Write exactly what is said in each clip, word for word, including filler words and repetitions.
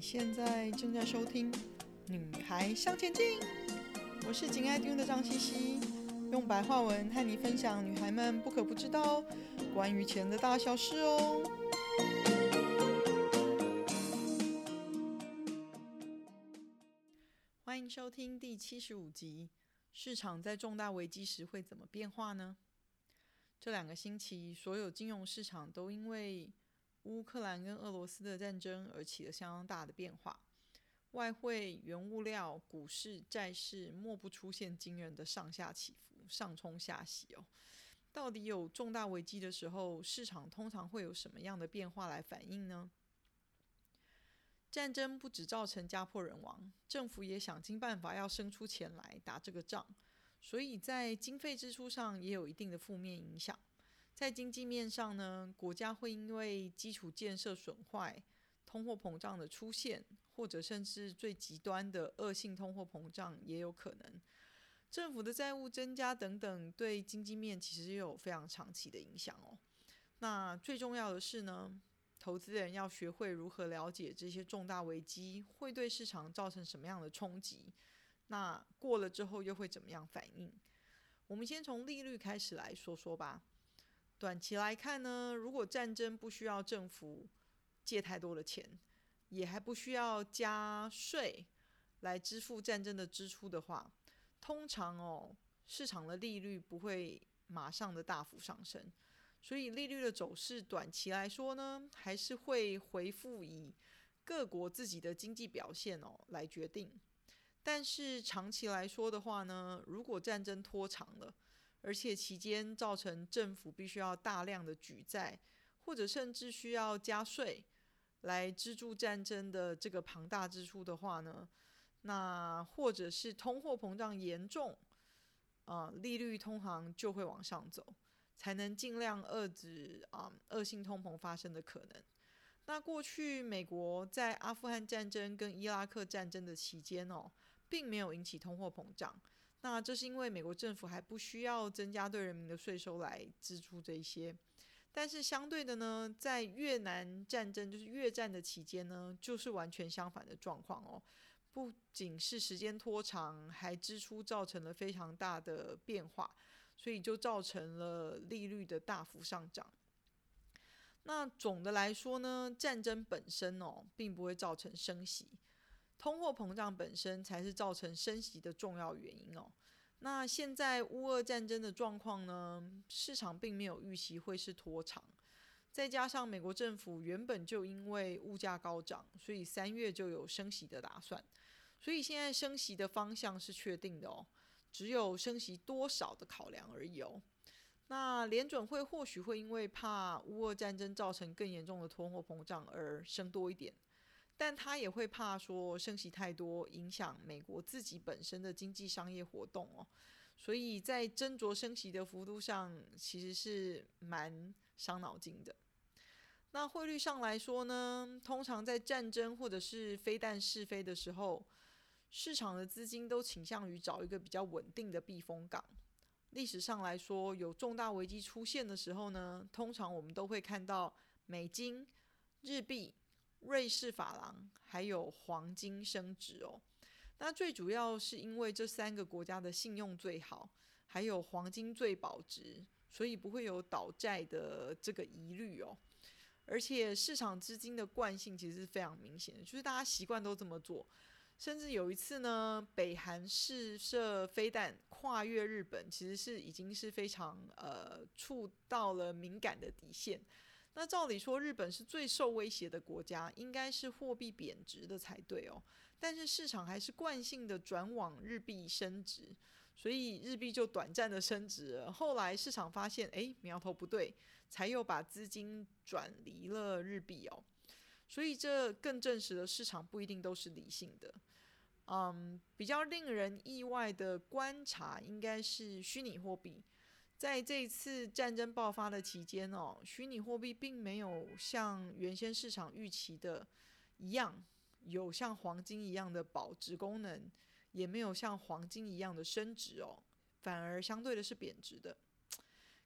现在正在收听《女孩向前进》，我是紧爱听的张茜茜，用白话文和你分享女孩们不可不知道关于钱的大小事哦。欢迎收听第七十五集，市场在重大危机时会怎么变化呢？这两个星期，所有金融市场都因为乌克兰跟俄罗斯的战争而起了相当大的变化，外汇、原物料、股市、债市莫不出现惊人的上下起伏，上冲下洗哦。到底有重大危机的时候，市场通常会有什么样的变化来反应呢？战争不只造成家破人亡，政府也想尽办法要生出钱来打这个仗，所以在经费支出上也有一定的负面影响。在经济面上呢，国家会因为基础建设损坏、通货膨胀的出现，或者甚至最极端的恶性通货膨胀也有可能。政府的债务增加等等，对经济面其实也有非常长期的影响哦。那最重要的是呢，投资人要学会如何了解这些重大危机会对市场造成什么样的冲击，那过了之后又会怎么样反应。我们先从利率开始来说说吧。短期来看呢，如果战争不需要政府借太多的钱，也还不需要加税来支付战争的支出的话，通常哦，市场的利率不会马上的大幅上升，所以利率的走势短期来说呢，还是会回复以各国自己的经济表现哦来决定。但是长期来说的话呢，如果战争拖长了，而且期间造成政府必须要大量的举债，或者甚至需要加税来资助战争的这个庞大支出的话呢，那或者是通货膨胀严重，呃、利率通常就会往上走，才能尽量遏制、呃、恶性通膨发生的可能。那过去美国在阿富汗战争跟伊拉克战争的期间哦，并没有引起通货膨胀。那这是因为美国政府还不需要增加对人民的税收来支出这一些。但是相对的呢，在越南战争就是越战的期间呢，就是完全相反的状况哦。不仅是时间拖长，还支出造成了非常大的变化，所以就造成了利率的大幅上涨。那总的来说呢，战争本身哦，并不会造成升息，通货膨胀本身才是造成升息的重要原因哦。那现在乌俄战争的状况呢，市场并没有预期会是拖长，再加上美国政府原本就因为物价高涨，所以三月就有升息的打算，所以现在升息的方向是确定的哦，只有升息多少的考量而已哦。那联准会或许会因为怕乌俄战争造成更严重的通货膨胀而升多一点，但他也会怕说升息太多影响美国自己本身的经济商业活动哦，所以在斟酌升息的幅度上其实是蛮伤脑筋的。那汇率上来说呢，通常在战争或者是非弹是非的时候，市场的资金都倾向于找一个比较稳定的避风港。历史上来说，有重大危机出现的时候呢，通常我们都会看到美金、日币、瑞士法郎还有黄金升值哦。那最主要是因为这三个国家的信用最好，还有黄金最保值，所以不会有倒债的这个疑虑哦。而且市场资金的惯性其实是非常明显的，就是大家习惯都这么做。甚至有一次呢，北韩试射飞弹跨越日本，其实是已经是非常呃触到了敏感的底线。那照理说，日本是最受威胁的国家，应该是货币贬值的才对哦。但是市场还是惯性的转往日币升值，所以日币就短暂的升值了。后来市场发现，哎，苗头不对，才又把资金转离了日币哦。所以这更证实了市场不一定都是理性的。嗯，比较令人意外的观察应该是虚拟货币。在这一次战争爆发的期间哦，虚拟货币并没有像原先市场预期的一样，有像黄金一样的保值功能，也没有像黄金一样的升值哦，反而相对的是贬值的。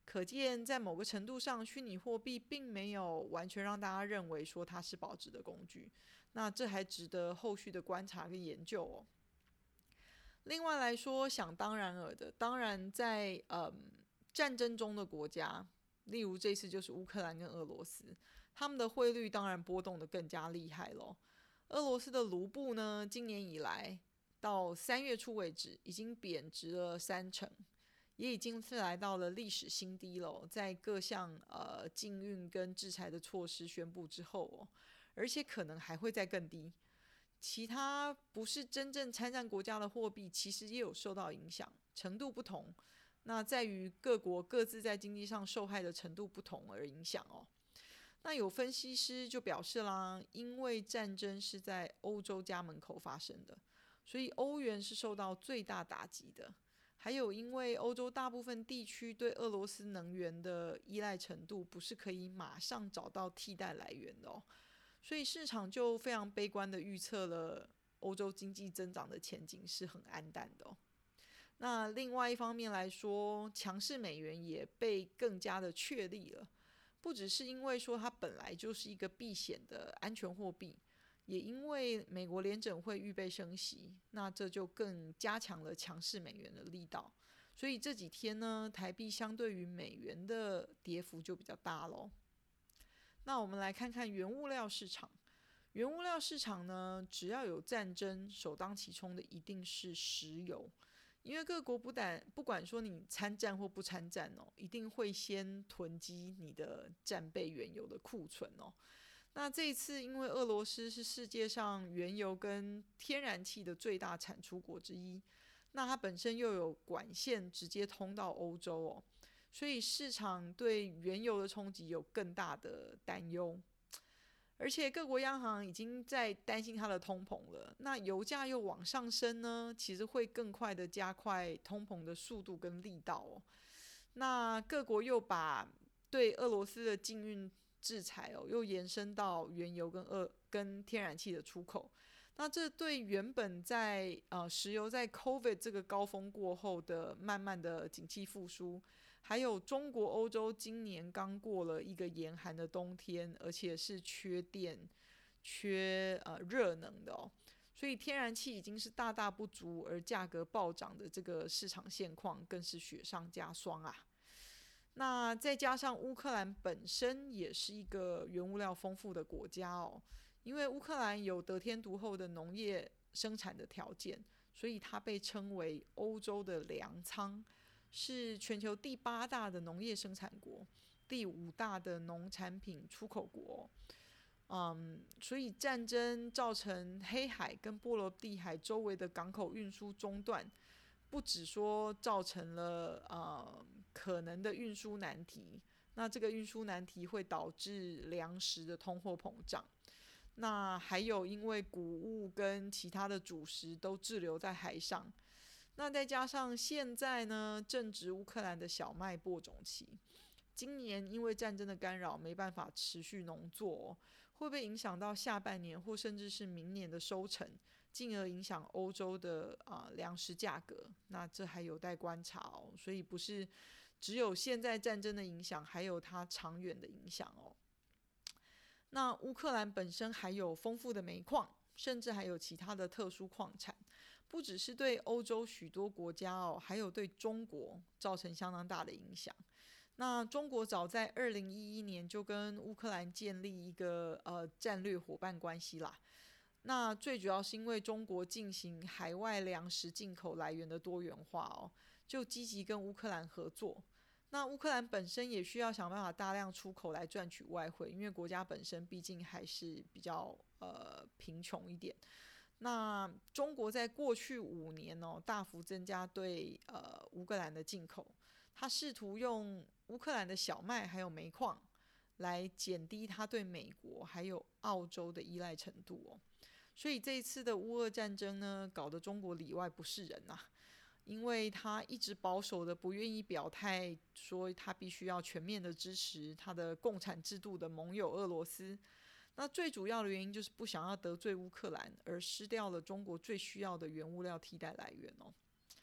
可见在某个程度上，虚拟货币并没有完全让大家认为说它是保值的工具。那这还值得后续的观察跟研究哦。另外来说，想当然尔的，当然在嗯战争中的国家，例如这次就是乌克兰跟俄罗斯，他们的汇率当然波动得更加厉害咯。俄罗斯的卢布呢，今年以来到三月初为止，已经贬值了三成，也已经是来到了历史新低了。在各项呃禁运跟制裁的措施宣布之后哦，而且可能还会再更低。其他不是真正参战国家的货币，其实也有受到影响，程度不同。那在于各国各自在经济上受害的程度不同而影响哦。那有分析师就表示啦，因为战争是在欧洲家门口发生的，所以欧元是受到最大打击的。还有因为欧洲大部分地区对俄罗斯能源的依赖程度不是可以马上找到替代来源的哦，所以市场就非常悲观的预测了欧洲经济增长的前景是很黯淡的哦。那另外一方面来说，强势美元也被更加的确立了，不只是因为说它本来就是一个避险的安全货币，也因为美国联准会预备升息，那这就更加强了强势美元的力道。所以这几天呢，台币相对于美元的跌幅就比较大咯。那我们来看看原物料市场。原物料市场呢，只要有战争，首当其冲的一定是石油。因为各国不但不管说你参战或不参战哦，一定会先囤积你的战备原油的库存哦。那这一次，因为俄罗斯是世界上原油跟天然气的最大产出国之一，那它本身又有管线直接通到欧洲哦，所以市场对原油的冲击有更大的担忧。而且各国央行已经在担心它的通膨了，那油价又往上升呢，其实会更快的加快通膨的速度跟力道哦。那各国又把对俄罗斯的禁运制裁哦，又延伸到原油跟俄跟天然气的出口。那这对原本在呃石油在 COVID 这个高峰过后的慢慢的景气复苏，还有中国、欧洲今年刚过了一个严寒的冬天，而且是缺电、缺呃热能的哦，所以天然气已经是大大不足，而价格暴涨的这个市场现况更是雪上加霜啊。那再加上乌克兰本身也是一个原物料丰富的国家哦，因为乌克兰有得天独厚的农业生产的条件，所以它被称为欧洲的粮仓，是全球第八大的农业生产国，第五大的农产品出口国。嗯，所以战争造成黑海跟波罗的海周围的港口运输中断，不只说造成了呃可能的运输难题，那这个运输难题会导致粮食的通货膨胀。那还有因为谷物跟其他的主食都滞留在海上，那再加上现在呢正值乌克兰的小麦播种期，今年因为战争的干扰没办法持续农作哦，会不会影响到下半年或甚至是明年的收成，进而影响欧洲的啊、呃、粮食价格？那这还有待观察哦。所以不是只有现在战争的影响，还有它长远的影响哦。那乌克兰本身还有丰富的煤矿，甚至还有其他的特殊矿产，不只是对欧洲许多国家哦，还有对中国造成相当大的影响。那中国早在二零一一年就跟乌克兰建立一个呃战略伙伴关系啦。那最主要是因为中国进行海外粮食进口来源的多元化哦，就积极跟乌克兰合作。那乌克兰本身也需要想办法大量出口来赚取外汇，因为国家本身毕竟还是比较呃贫穷一点。那中国在过去五年哦，大幅增加对呃乌克兰的进口，他试图用乌克兰的小麦还有煤矿来减低他对美国还有澳洲的依赖程度哦。所以这一次的乌俄战争呢，搞得中国里外不是人啊。因为他一直保守的不愿意表态，说他必须要全面的支持他的共产制度的盟友俄罗斯。那最主要的原因就是不想要得罪乌克兰，而失掉了中国最需要的原物料替代来源哦。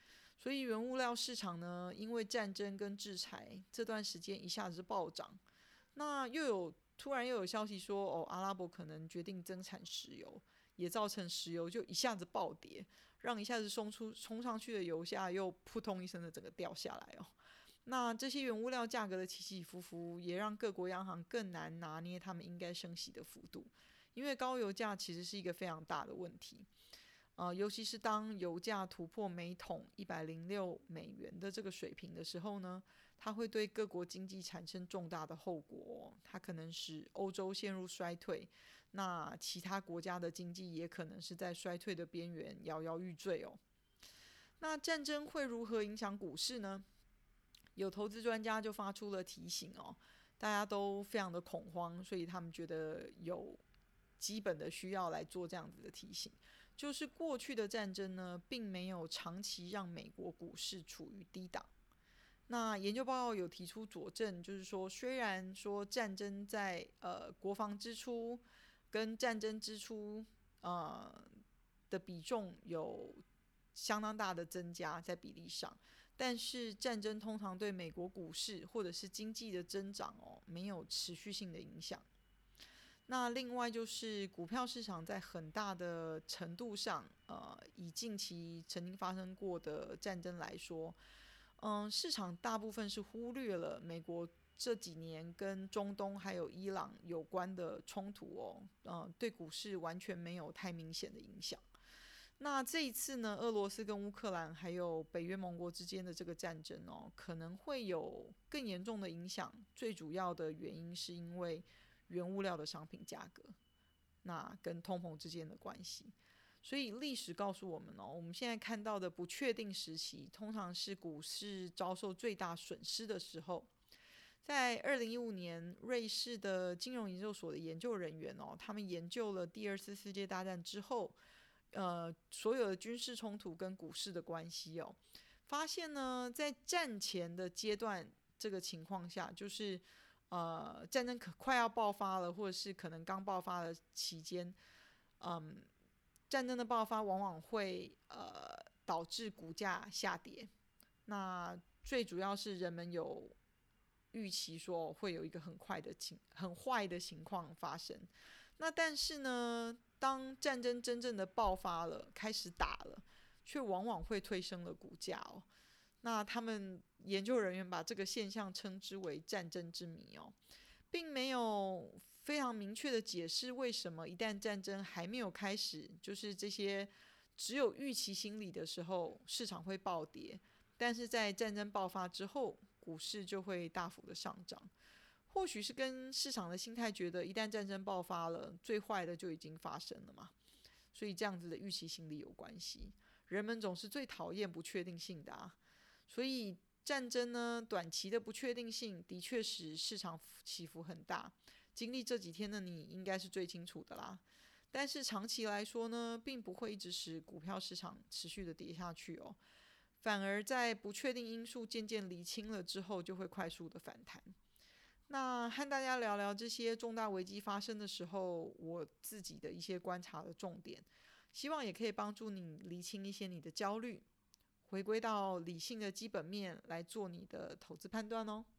所以原物料市场呢，因为战争跟制裁，这段时间一下子暴涨。那又有突然又有消息说，哦，阿拉伯可能决定增产石油，也造成石油就一下子暴跌，让一下子冲出冲上去的油价又扑通一声的整个掉下来哦。那这些原物料价格的起起伏伏，也让各国央行更难拿捏他们应该升息的幅度，因为高油价其实是一个非常大的问题。呃，尤其是当油价突破每桶一百零六美元的这个水平的时候呢，它会对各国经济产生重大的后果哦，它可能使欧洲陷入衰退，那其他国家的经济也可能是在衰退的边缘摇摇欲坠哦。那战争会如何影响股市呢？有投资专家就发出了提醒哦，大家都非常的恐慌，所以他们觉得有基本的需要来做这样子的提醒，就是过去的战争呢，并没有长期让美国股市处于低档。那研究报告有提出佐证，就是说，虽然说战争在呃国防支出跟战争支出呃的比重有相当大的增加在比例上，但是战争通常对美国股市或者是经济的增长哦没有持续性的影响。那另外就是股票市场在很大的程度上，呃，以近期曾经发生过的战争来说，嗯，市场大部分是忽略了美国这几年跟中东还有伊朗有关的冲突哦，嗯，对股市完全没有太明显的影响。那这一次呢，俄罗斯跟乌克兰还有北约盟国之间的这个战争哦，可能会有更严重的影响。最主要的原因是因为原物料的商品价格，那跟通膨之间的关系。所以历史告诉我们哦，我们现在看到的不确定时期，通常是股市遭受最大损失的时候。在二零一五年，瑞士的金融研究所的研究人员哦，他们研究了第二次世界大战之后，呃，所有的军事冲突跟股市的关系哦，发现呢，在战前的阶段这个情况下，就是呃战争可快要爆发了，或者是可能刚爆发的期间，嗯，战争的爆发往往会呃导致股价下跌。那最主要是人们有预期说会有一个很快的情很坏的情况发生。那但是呢，当战争真正的爆发了，开始打了，却往往会推升了股价哦。那他们研究人员把这个现象称之为战争之谜哦，并没有非常明确的解释为什么一旦战争还没有开始，就是这些只有预期心理的时候，市场会暴跌，但是在战争爆发之后，股市就会大幅的上涨。或许是跟市场的心态觉得，一旦战争爆发了，最坏的就已经发生了嘛，所以这样子的预期心理有关系。人们总是最讨厌不确定性的啊，所以战争呢，短期的不确定性的确使市场起伏很大。经历这几天的你应该是最清楚的啦。但是长期来说呢，并不会一直使股票市场持续的跌下去哦，反而在不确定因素渐渐厘清了之后，就会快速的反弹。那和大家聊聊这些重大危机发生的时候，我自己的一些观察的重点，希望也可以帮助你厘清一些你的焦虑，回归到理性的基本面来做你的投资判断哦。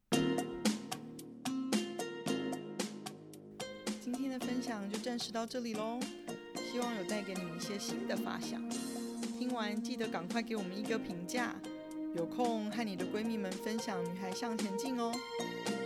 今天的分享就暂时到这里咯，希望有带给你一些新的发想。听完记得赶快给我们一个评价，有空和你的闺蜜们分享《女孩向前进》哦。